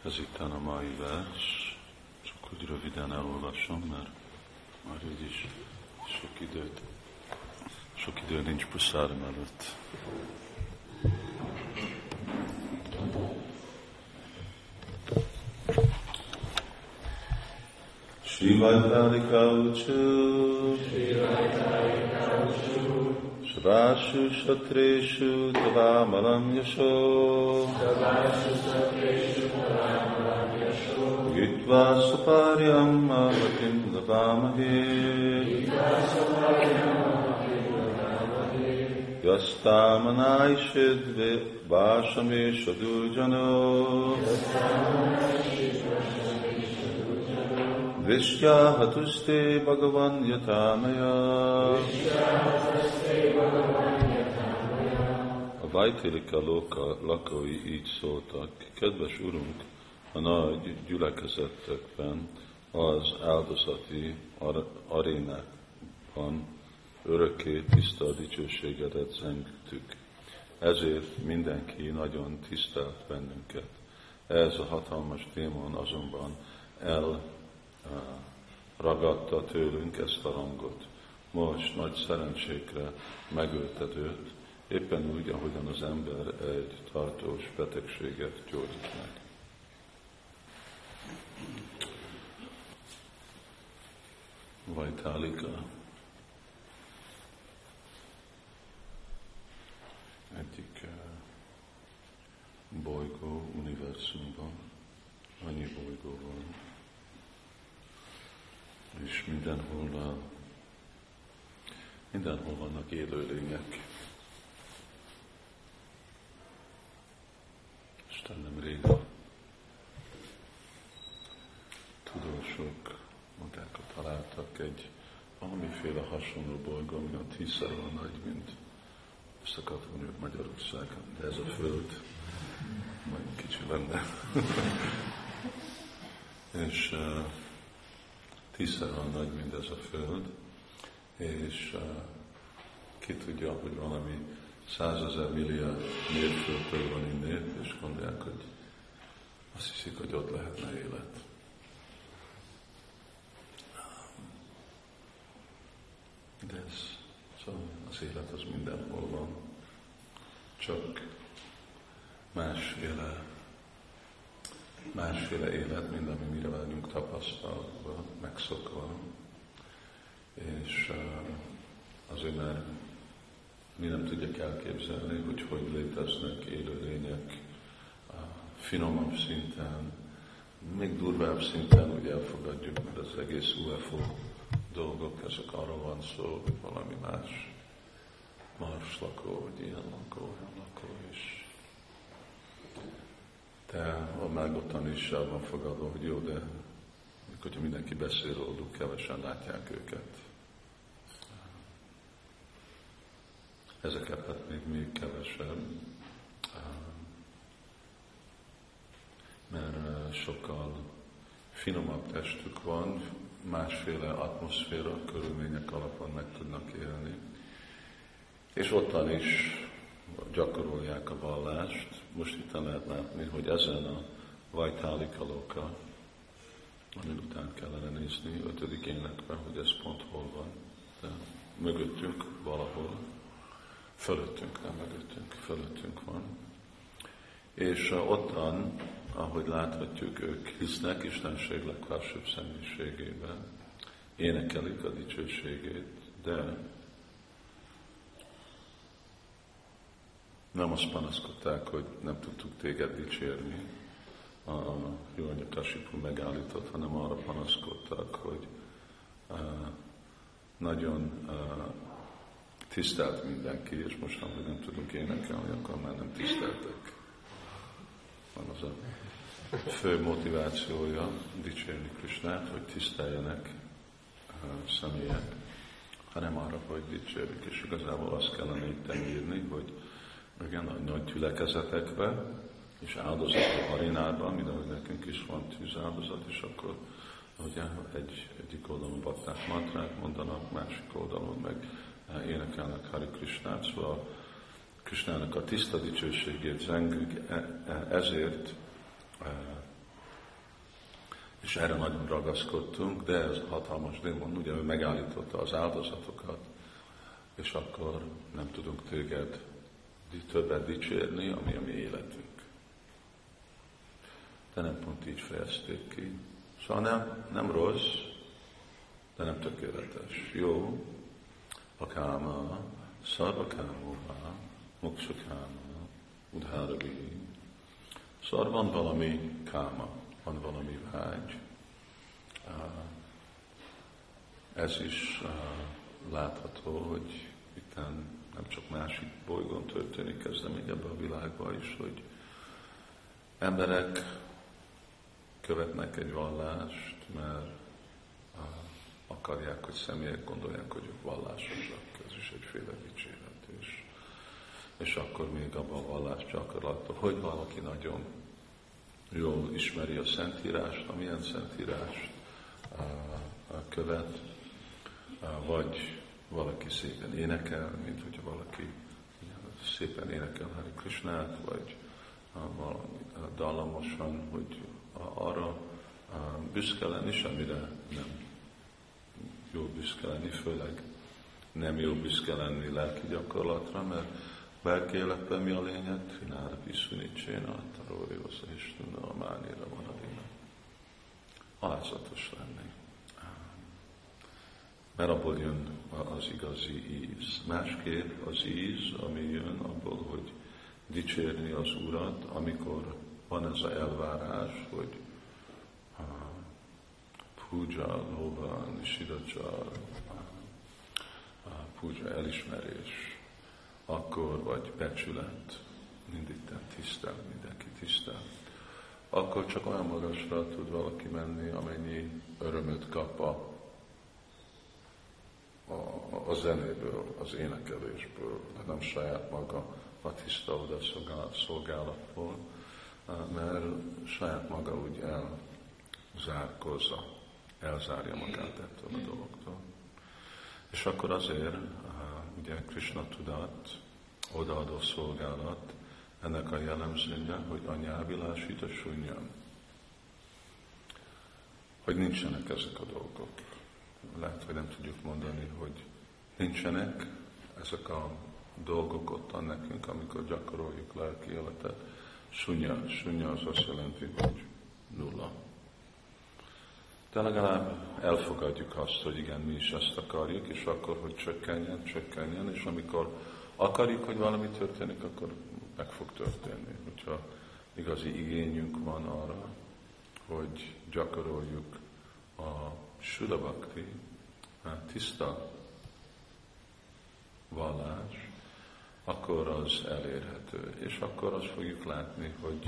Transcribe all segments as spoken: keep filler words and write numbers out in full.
Ez itt a mai vers, csak hogy röviden elolvasom, mert már így is sok időt, sok idő nincs puszárom előtt. Shri Vaitarika Uchu Shavashu Shatreshu Tavamalam Yasho Yitva Saparyam Avatim Lavamahe Yastamanai Shidve Vashame Shadujano Vishya Hatuste Bhagavan Yatamaya A Vaitarika Loka lakói így szóltak: kedves Urunk, a nagy gyülekezetekben, az áldozati arénákban örökké tiszta dicsőségedet zengtük. Ezért mindenki nagyon tisztelt bennünket. Ez a hatalmas démon azonban elragadta tőlünk ezt a rangot. Most nagy szerencsékre megölted őt, éppen úgy, ahogyan az ember egy tartós betegséget gyógyít meg. Vaitarika egyik uh, bolygó univerzumban, annyi bolygó van, és mindenhol, uh, mindenhol vannak élőlények. Isten nem régen tudósok magákat találtak egy valamiféle hasonló bolygó, ami a tízszer olyan nagy, mint Szakadvonőr Magyarország, de ez a Föld majd kicsi lenne. És uh, tízszer olyan nagy, mint ez a Föld, és uh, ki tudja, hogy valami százezer milliárd mérföldtől van innen, és gondolják, hogy azt hiszik, hogy ott lehetne élet. De ez, szóval az élet az mindenhol van, csak másféle, másféle élet, mint ami mire vagyunk tapasztalva, megszokva, és azért már mi nem tudjuk elképzelni, hogy hogy léteznek élőlények finomabb szinten, még durvább szinten, hogy elfogadjuk, mert az egész u ef o dolgok, ezek arról van szó, hogy valami más Mars lakó, vagy ilyen lakó, olyan lakó is. De a mágottan is el van fogadva, hogy jó, de hogyha mindenki beszél róluk, kevesen látják őket. Ezeket hát még, még kevesebb, mert sokkal finomabb testük van, másféle atmoszféra, körülmények alapon meg tudnak élni. És ottan is gyakorolják a vallást. Most itt lehet látni, hogy ezen a Vaitarika Loka, amin után kellene nézni, ötödik énekben, hogy ez pont hol van. De mögöttünk valahol, fölöttünk, nem mögöttünk, fölöttünk van. És ottan, ahogy láthatjuk, ők hisznek Istenség legfelsőbb személyiségében, énekelik a dicsőségét, de nem azt panaszkodták, hogy nem tudtuk téged dicsérni, a Hiranyakasipu megállított, hanem arra panaszkodtak, hogy uh, nagyon uh, tisztelt mindenki, és most, hogy nem tudunk énekelni, akkor már nem tiszteltek. Van az a fő motivációja dicsérni Krisnát, hogy tiszteljenek uh, személyek, hanem arra, hogy dicsérjük. És igazából azt kellene itt írni, hogy igen, a nagy gyülekezetekben és áldozati arénában, mint ahogy nekünk is van tűzáldozat, és akkor ugye egy, egyik oldalon bakták mantrát mondanak, másik oldalon meg énekelnek Hari Krisnát, szóval Krisnának a tiszta dicsőségét zengünk, ezért És erre nagyon ragaszkodtunk, de ez a hatalmas démon, ugye ő megállította az áldozatokat, és akkor nem tudunk téged többet dicsérni, ami a mi életünk. De nem pont így fejezték ki. Szóval nem, nem rossz, de nem tökéletes. Jó, a káma, szarva kámóha, muksukáma, udháravi. Szóval van valami káma, van valami vágy. Ez is látható, hogy itt nem csak másik bolygón történik, ez de még ebben a világban is, hogy emberek követnek egy vallást, mert akarják, hogy személyek gondolják, hogy ők vallásosak. Ez is egyféle dicséret. És, és akkor még abban a vallás gyakorlatban, hogy valaki nagyon jól ismeri a Szentírást, amilyen Szentírást követ, vagy valaki szépen énekel, mint hogyha valaki szépen énekel Hare Krishnát, vagy valami dallamosan, hogy arra büszke lenni, semmire nem jó büszke lenni, főleg nem jó büszke lenni lelki gyakorlatra, mert lelki életben mi a lényeg? Trinára piszunicsén, taróri oszahistuna, a mánira van a dina. Alázatos lenni. Mert abból jön az igazi íz. Másképp az íz, ami jön abból, hogy dicsérni az Urat, amikor van ez az elvárás, hogy puja, lova, nisidacsar, puja, elismerés, akkor vagy becsület, mindig tisztel, mindenki tisztel, akkor csak olyan magasra tud valaki menni, amennyi örömöt kap a, a, a zenéből, az énekelésből, nem saját maga a tiszta oda szolgálatból, mert saját maga úgy elzárkozza, elzárja magát ettől a dologtól. És akkor azért, ugye Krishna tudat, odaadó szolgálat, ennek a jellemzője, hogy anyávilásít a sunyam. Hogy nincsenek ezek a dolgok. Lehet, hogy nem tudjuk mondani, hogy nincsenek ezek a dolgok ottan nekünk, amikor gyakoroljuk lelki életet. Sunya, sunya az azt jelenti, hogy nulla. De legalább elfogadjuk azt, hogy igen, mi is ezt akarjuk, és akkor, hogy csökkenjen, csökkenjen, és amikor akarjuk, hogy valami történik, akkor meg fog történni. Hogyha igazi igényünk van arra, hogy gyakoroljuk a Sula Bhakti, tiszta vallás, akkor az elérhető. És akkor azt fogjuk látni, hogy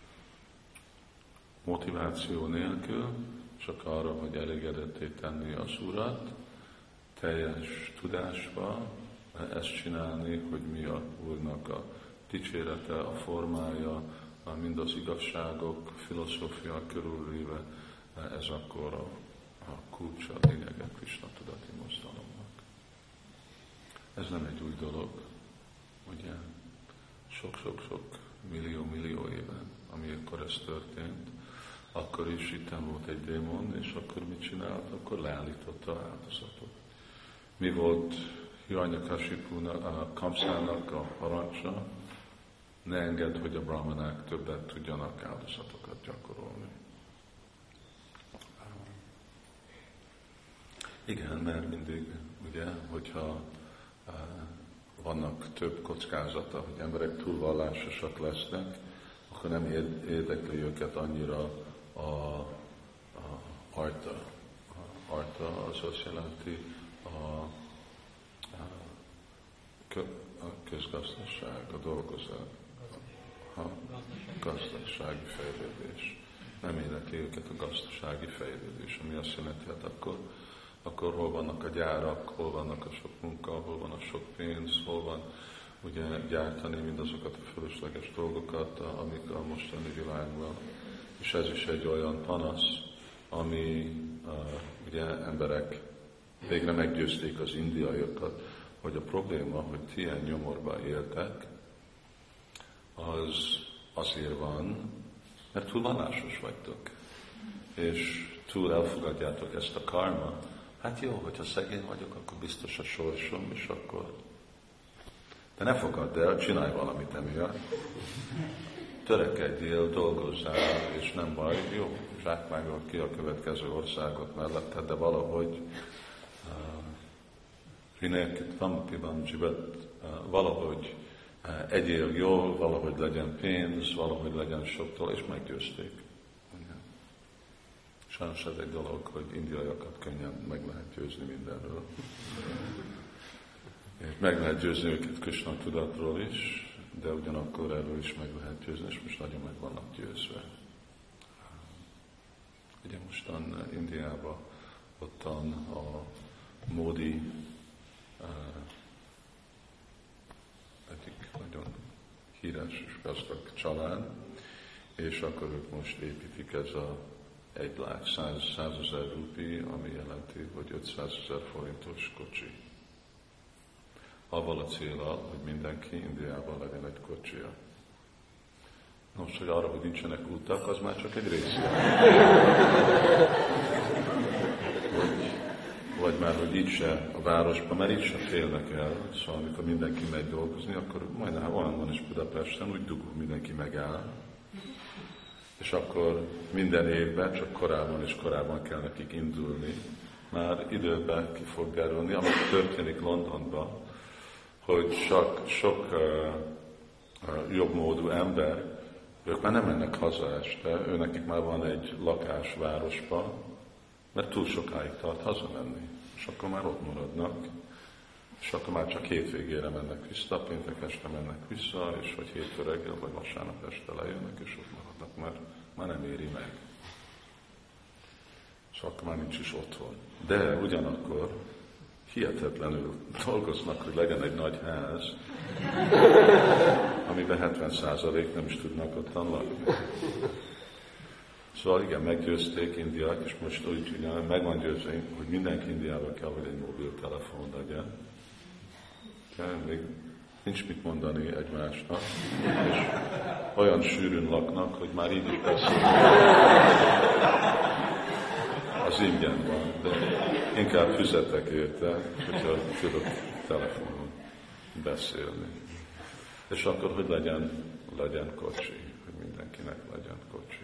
motiváció nélkül, csak arra, hogy elégedetté tenni az Urat, teljes tudásba ezt csinálni, hogy mi a Úrnak a dicsérete, a formája, mind az igazságok, filozófia körülvéve, ez akkor a, a kulcs, a lényege Krishna tudati mozdalomnak. Ez nem egy új dolog, ugye? Sok-sok-sok millió-millió éve, amikor ez történt, akkor is itten volt egy démon, és akkor mit csinált? Akkor leállította áldozatot. Mi volt Hiranyakasipúnak, a Kamszának a parancsa? Ne engedd, hogy a brahmanák többet tudjanak áldozatokat gyakorolni. Igen, mert mindig, ugye, hogyha vannak több kockázata, hogy emberek túl vallásosak lesznek, akkor nem érdekli őket annyira a, a arta. A arta az azt jelenti a, a, a közgazdaság, a dolgozat, a gazdasági fejlődés. Nem érdekli őket a gazdasági fejlődés, ami azt jelenti, hát akkor, akkor hol vannak a gyárak, hol vannak a sok munka, hol van a sok pénz, hol van ugye gyártani mindazokat a fölösleges dolgokat, amik a mostani világban. És ez is egy olyan panasz, ami uh, ugye emberek végre meggyőzték az indiaiakat, hogy a probléma, hogy ti ilyen nyomorban éltek, az azért van, mert túl vallásos vagytok. és túl elfogadjátok ezt a karma, hát jó, hogyha szegény vagyok, akkor biztos a sorsom, és akkor... De ne fogadd el, csinálj valamit emiatt. Törekedjél, dolgozzál, és nem baj, jó, zsákmányol ki a következő országot mellette, de valahogy valahogy egyél jól, valahogy legyen pénz, valahogy legyen soktól, és meggyőzték. Sajnos ez egy dolog, hogy indiaiakat könnyen meg lehet győzni mindenről. Meg lehet győzni őket Krishna tudatról is, de ugyanakkor erről is meg lehet győzni, és most nagyon meg vannak győzve. Ugye mostan Indiában ottan a Modi uh, egyik nagyon híres és gazdag család, és akkor ők most építik ez a egy lák százezer rupi, ami jelenti, hogy ötszázezer forintos kocsi. Avval a céllal, hogy mindenki Indiában legyen egy kocsija. Most, hogy arra, hogy nincsenek utak, az már csak egy része. Vagy, vagy már, hogy itt se a városban, mert itt se félnek el. Szóval, amikor mindenki megy dolgozni, akkor majdnem olyan van is Budapesten, úgy dugul, mindenki megáll. És akkor minden évben, csak korábban és korábban kell nekik indulni. Már időben ki fog derülni, ami történik Londonban, hogy sok, sok uh, uh, jobbmódú ember, ők már nem mennek haza este, őnekik már van egy lakás városban, mert túl sokáig tart hazamenni, és akkor már ott maradnak, és akkor már csak hétvégére mennek vissza, péntek este mennek vissza, és vagy hétfő reggel, vagy vasárnap este lejönnek, és ott maradnak, mert már nem éri meg. És akkor már nincs is otthon. De ugyanakkor hihetetlenül dolgoznak, hogy legyen egy nagy ház, amiben hetven százalék nem is tudnak ottan lakni. Szóval igen, meggyőzték indiák, és most úgy ugyan, meg van győzve, hogy mindenki Indiában kell, hogy egy mobiltelefon legyen. Még nincs mit mondani egymásnak, és olyan sűrűn laknak, hogy már így is beszélnek. Az ingyen van, de inkább fizetek érte, hogyha tudok telefonon beszélni. És akkor, hogy legyen, legyen kocsi, hogy mindenkinek legyen kocsi.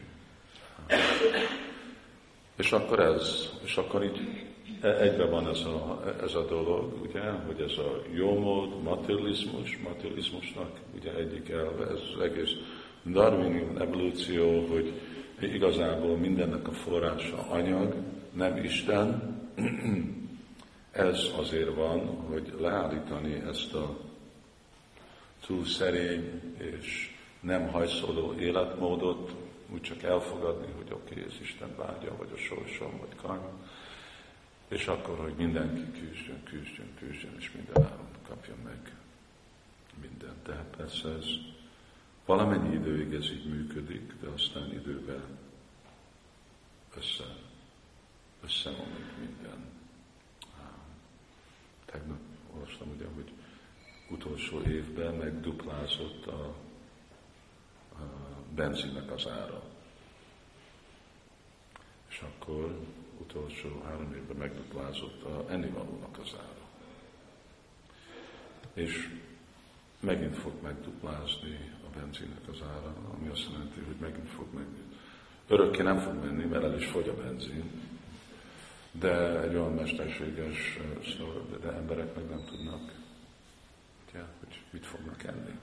És akkor ez, és akkor így egybe van ez a, ez a dolog, ugye, hogy ez a jómód, materializmus, materializmusnak ugye egyik elve, ez az egész darwinian evolúció, hogy igazából mindennek a forrása anyag, nem Isten. Ez azért van, hogy leállítani ezt a túl szerény és nem hajszoló életmódot, úgy csak elfogadni, hogy oké, okay, ez Isten vágya, vagy a sorsom, vagy karma, és akkor, hogy mindenki küzdjön, küzdjön, küzdjön, és minden áron kapja meg mindent. De persze ez valamennyi időig ez így működik, de aztán időben össze, összeomlik minden. Tegnap olvastam ugye, hogy utolsó évben megduplázott a, a benzinnek az ára. És akkor utolsó három évben megduplázott a ennivalónak az ára. És megint fog megduplázni a benzinnek az ára, ami azt jelenti, hogy megint fog meg. Örökké nem fog menni, mert el is fogy a benzin, de egy olyan mesterséges, de emberek meg nem tudnak, ugye, hogy mit fognak enni.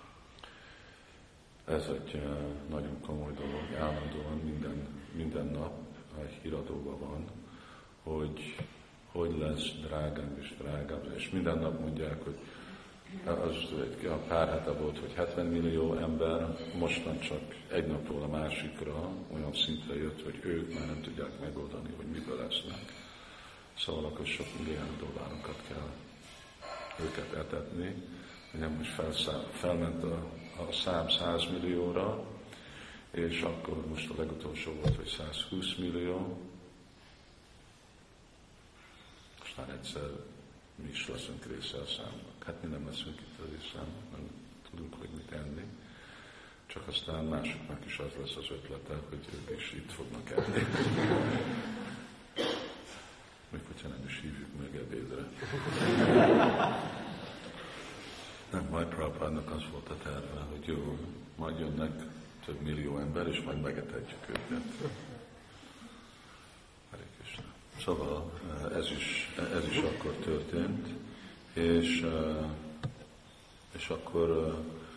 Ez egy nagyon komoly dolog, állandóan minden, minden nap a híradóban van, hogy hogy lesz drágább és drágább, és minden nap mondják, hogy az egy a pár hete volt, hogy hetven millió ember mostan csak egy napról a másikra olyan szintre jött, hogy ők már nem tudják megoldani, hogy miből lesznek. Szóval akkor sok milliárd dollárokat kell őket etetni. Nem most felszáll, felment a, a szám száz millióra, és akkor most a legutolsó volt, hogy százhúsz millió. Aztán egyszer mi is leszünk része a számnak. Hát mi nem leszünk itt a részámnak, nem tudunk, hogy mit enni. Csak aztán másoknak is az lesz az ötlete, hogy ők is itt fognak enni. hogy jó, majd jönnek több millió ember, és majd megetetjük őket. Hare Krishna. Szóval ez is, ez is akkor történt, és, és akkor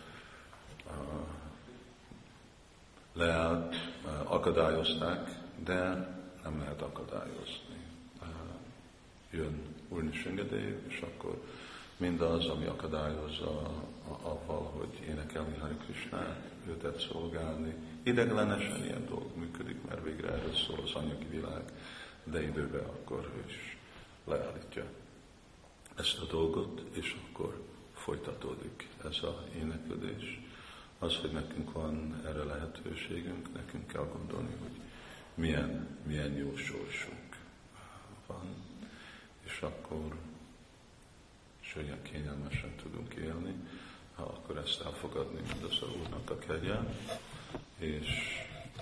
leállt, akadályozták, de nem lehet akadályozni. Jön Úr Nriszinghadev, és akkor mindaz, ami akadályozza avval, hogy énekelni Hare Krishnát, őtet szolgálni. Ideglenesen ilyen dolog működik, mert végre erről szól az anyagi világ, de időben akkor ő is leállítja ezt a dolgot, és akkor folytatódik ez az éneklődés. Az, hogy nekünk van erre lehetőségünk, nekünk kell gondolni, hogy milyen, milyen jó sorsunk van, és akkor és olyan kényelmesen tudunk élni, ha akkor ezt elfogadni, mint az a Úrnak a kegye, és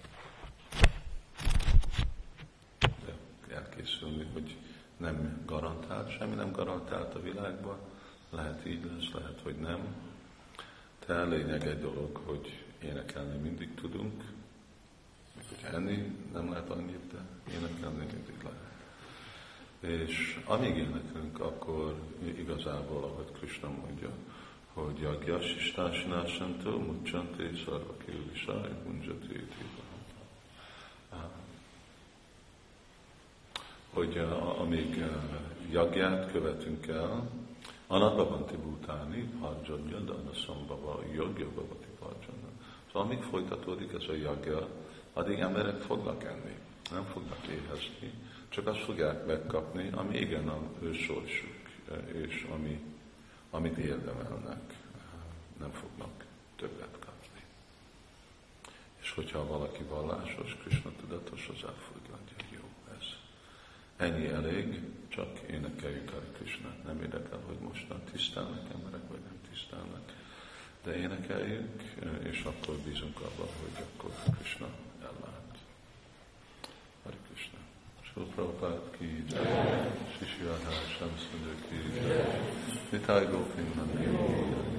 elkészülni, hogy nem garantált, semmi nem garantált a világban, lehet így lesz, lehet, hogy nem, de a lényeg egy dolog, hogy énekelni mindig tudunk, még hogy enni nem lehet annyit, de énekelni mindig lehet. És amíg énekelünk, akkor igazából, ahogy Krishna mondja, hogy Yagya Sistásnásantó, Mucsanté, Szarvaki Visaj, Munjati, hogy amíg jagját követünk el, Anabhavanti Bhutani, Harjanya, Dhanasambhava, Yagya Bhavati Parjanya. Szóval amíg folytatódik ez a jagya, addig emberek fognak enni, nem fognak éhezni, csak azt fogják megkapni, ami igen a ő sorsuk, és ami, amit érdemelnek, nem fognak többet kapni. És hogyha valaki vallásos, Krishna tudatos, az elfogadja, jó, ez. Ennyi elég, csak énekeljük el Krishnát. Nem érdekel, hogy mostan tisztelnek emberek, vagy nem tisztelnek, de énekeljük, és akkor bízunk abban, hogy akkor Krishna ellát. Hare Krishna. Srila Prabhupada ki jai, Shri Shri Radha Shamsundar ki jai, Nitai Gopinam ki jai.